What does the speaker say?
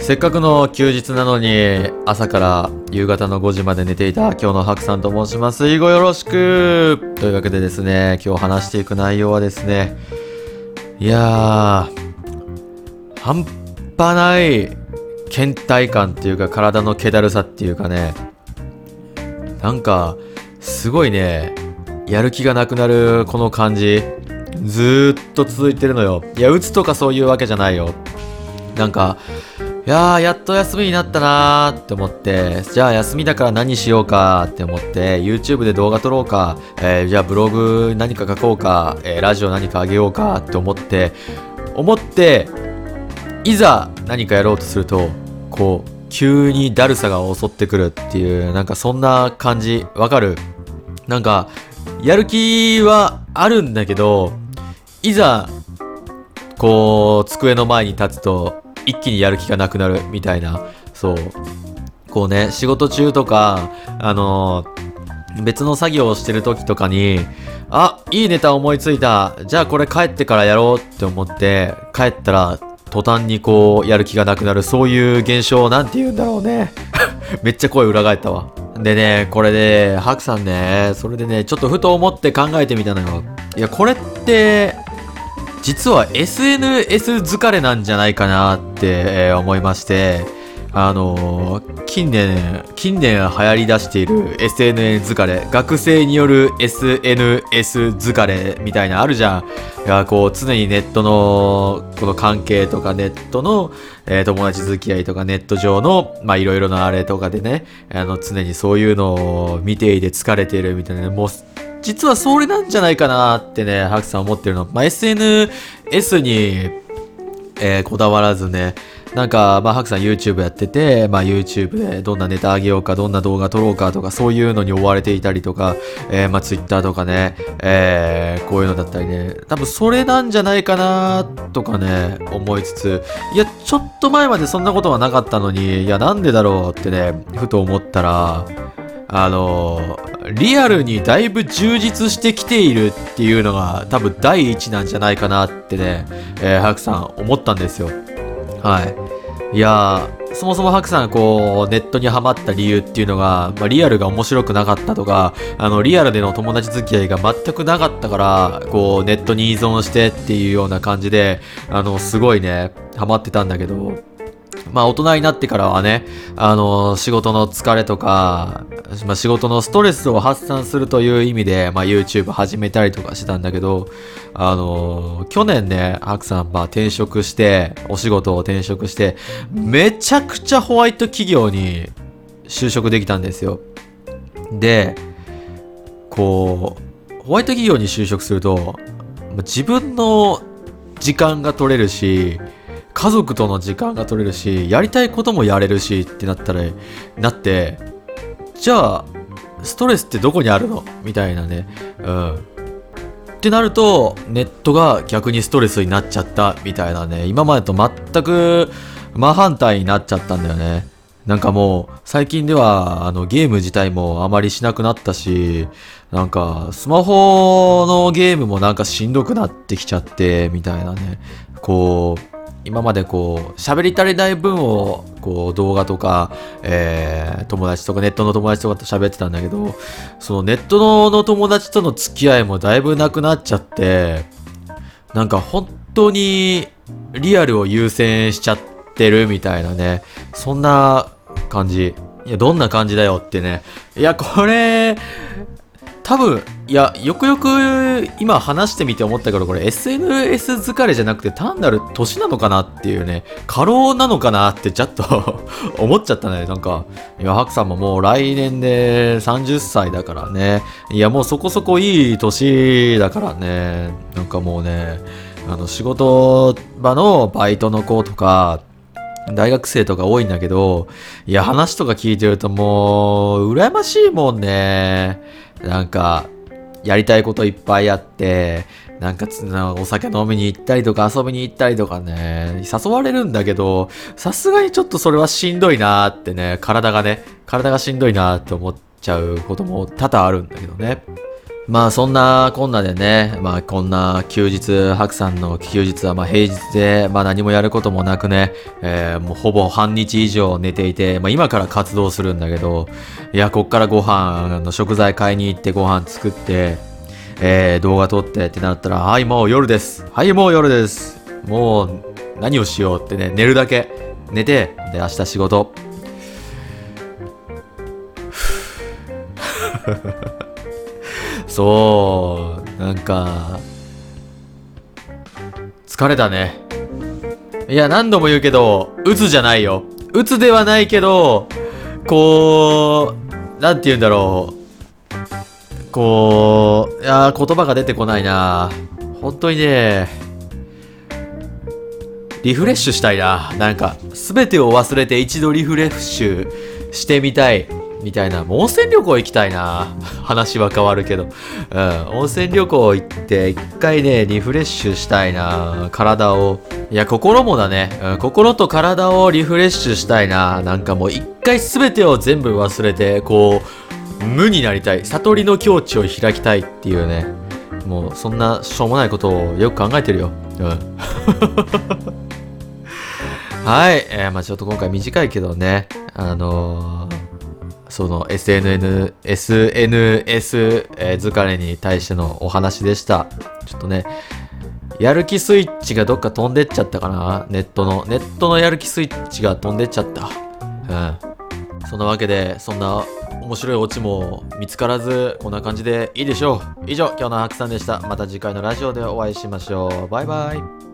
せっかくの休日なのに朝から夕方の5時まで寝ていた今日のハクさんと申します。以後よろしくというわけでですね、今日話していく内容はですね、いやー半端ない倦怠感っていうか体の気だるさっていうかね、なんかすごいね、やる気がなくなるこの感じずーっと続いてるのよ。いや、鬱とかそういうわけじゃないよ。なんかいやーやっと休みになったなーって思って、じゃあ休みだから何しようかって思って YouTube で動画撮ろうか、じゃあブログ何か書こうか、ラジオ何かあげようかって思っていざ何かやろうとするとこう急にだるさが襲ってくるっていう、なんかそんな感じわかる？なんかやる気はあるんだけど、いざこう机の前に立つと一気にやる気がなくなるみたいな。そうこうね、仕事中とか別の作業をしてる時とかに、いいネタ思いついた、じゃあこれ帰ってからやろうって思って帰ったら途端にこうやる気がなくなる、そういう現象なんて言うんだろうね。めっちゃ声裏返ったわ。でね、これでハクさんね、それでねちょっとふと思って考えてみたのよ。いや、これって実は SNS 疲れなんじゃないかなって、思いまして、近年流行り出している SNS 疲れ、学生による SNS 疲れみたいなあるじゃん。いや、こう常にネットのこの関係とかネットの、友達付き合いとかネット上のいろいろなあれとかでね、常にそういうのを見ていて疲れているみたいなね、もう実はそれなんじゃないかなってね、ハクさん思ってるの。SNS に、こだわらずね、なんか、ハクさん YouTube やってて、YouTube でどんなネタあげようか、どんな動画撮ろうかとか、そういうのに追われていたりとか、Twitter とかね、こういうのだったりね、多分それなんじゃないかなとかね、思いつつ、いや、ちょっと前までそんなことはなかったのに、いや、なんでだろうってね、ふと思ったら、リアルにだいぶ充実してきているっていうのが多分第一なんじゃないかなってね、ハクさん思ったんですよ。はい。いやー、そもそもハクさんがこうネットにハマった理由っていうのが、リアルが面白くなかったとか、リアルでの友達付き合いが全くなかったから、こうネットに依存してっていうような感じで、すごいね、ハマってたんだけど、大人になってからはね、仕事の疲れとか、仕事のストレスを発散するという意味で、YouTube 始めたりとかしてたんだけど、去年ね、ハクさん、転職して、お仕事を転職して、めちゃくちゃホワイト企業に就職できたんですよ。で、こう、ホワイト企業に就職すると、自分の時間が取れるし、家族との時間が取れるし、やりたいこともやれるしってなって、じゃあストレスってどこにあるのみたいなね、ってなるとネットが逆にストレスになっちゃったみたいなね、今までと全く真反対になっちゃったんだよね。なんかもう最近ではゲーム自体もあまりしなくなったし、なんかスマホのゲームもなんかしんどくなってきちゃってみたいなね、こう今までこう喋り足りない分をこう動画とか、友達とかネットの友達とかと喋ってたんだけど、そのネットの友達との付き合いもだいぶなくなっちゃって、なんか本当にリアルを優先しちゃってるみたいなね、そんな感じ。いや、どんな感じだよってね。いや、これ多分、いや、よくよく今話してみて思ったけど、これ SNS 疲れじゃなくて単なる年なのかなっていうね、過労なのかなってちょっと思っちゃったね。なんか、いや、ハクさんももう来年で30歳だからね。いや、もうそこそこいい年だからね。なんかもうね、仕事場のバイトの子とか、大学生とか多いんだけど、いや、話とか聞いてるともう羨ましいもんね。なんかやりたいこといっぱいあって、なんかお酒飲みに行ったりとか遊びに行ったりとかね、誘われるんだけど、さすがにちょっとそれはしんどいなーってね、体がしんどいなーって思っちゃうことも多々あるんだけどね。 まあそんなこんなでね、まあこんな休日、白さんの休日はまあ平日で、まあ何もやることもなくね、もうほぼ半日以上寝ていて、まあ今から活動するんだけど、いや、こっからご飯の食材買いに行ってご飯作って、動画撮ってってなったら、はい、もう夜です。はい、もう夜です。もう何をしようってね、寝るだけ。寝て、で、明日仕事。そう、なんか、疲れたね。いや、何度も言うけど、鬱じゃないよ。鬱ではないけど、こう、なんて言うんだろう。こう、いや、言葉が出てこないな。本当にね、リフレッシュしたいな。なんか、すべてを忘れて一度リフレッシュしてみたい。みたいな。もう温泉旅行行きたいな。話は変わるけど。うん。温泉旅行行って、一回ね、リフレッシュしたいな。体を。いや、心もだね。うん。心と体をリフレッシュしたいな。なんかもう一回すべてを全部忘れて、こう、無になりたい。悟りの境地を開きたいっていうね。もう、そんなしょうもないことをよく考えてるよ。うん。はい。まあちょっと今回短いけどね。その SNS、疲れに対してのお話でした。ちょっとね、やる気スイッチがどっか飛んでっちゃったかな。ネットのやる気スイッチが飛んでっちゃった。うん。そんなわけで、そんな面白いオチも見つからず、こんな感じでいいでしょう。以上、今日のハクさんでした。また次回のラジオでお会いしましょう。バイバイ。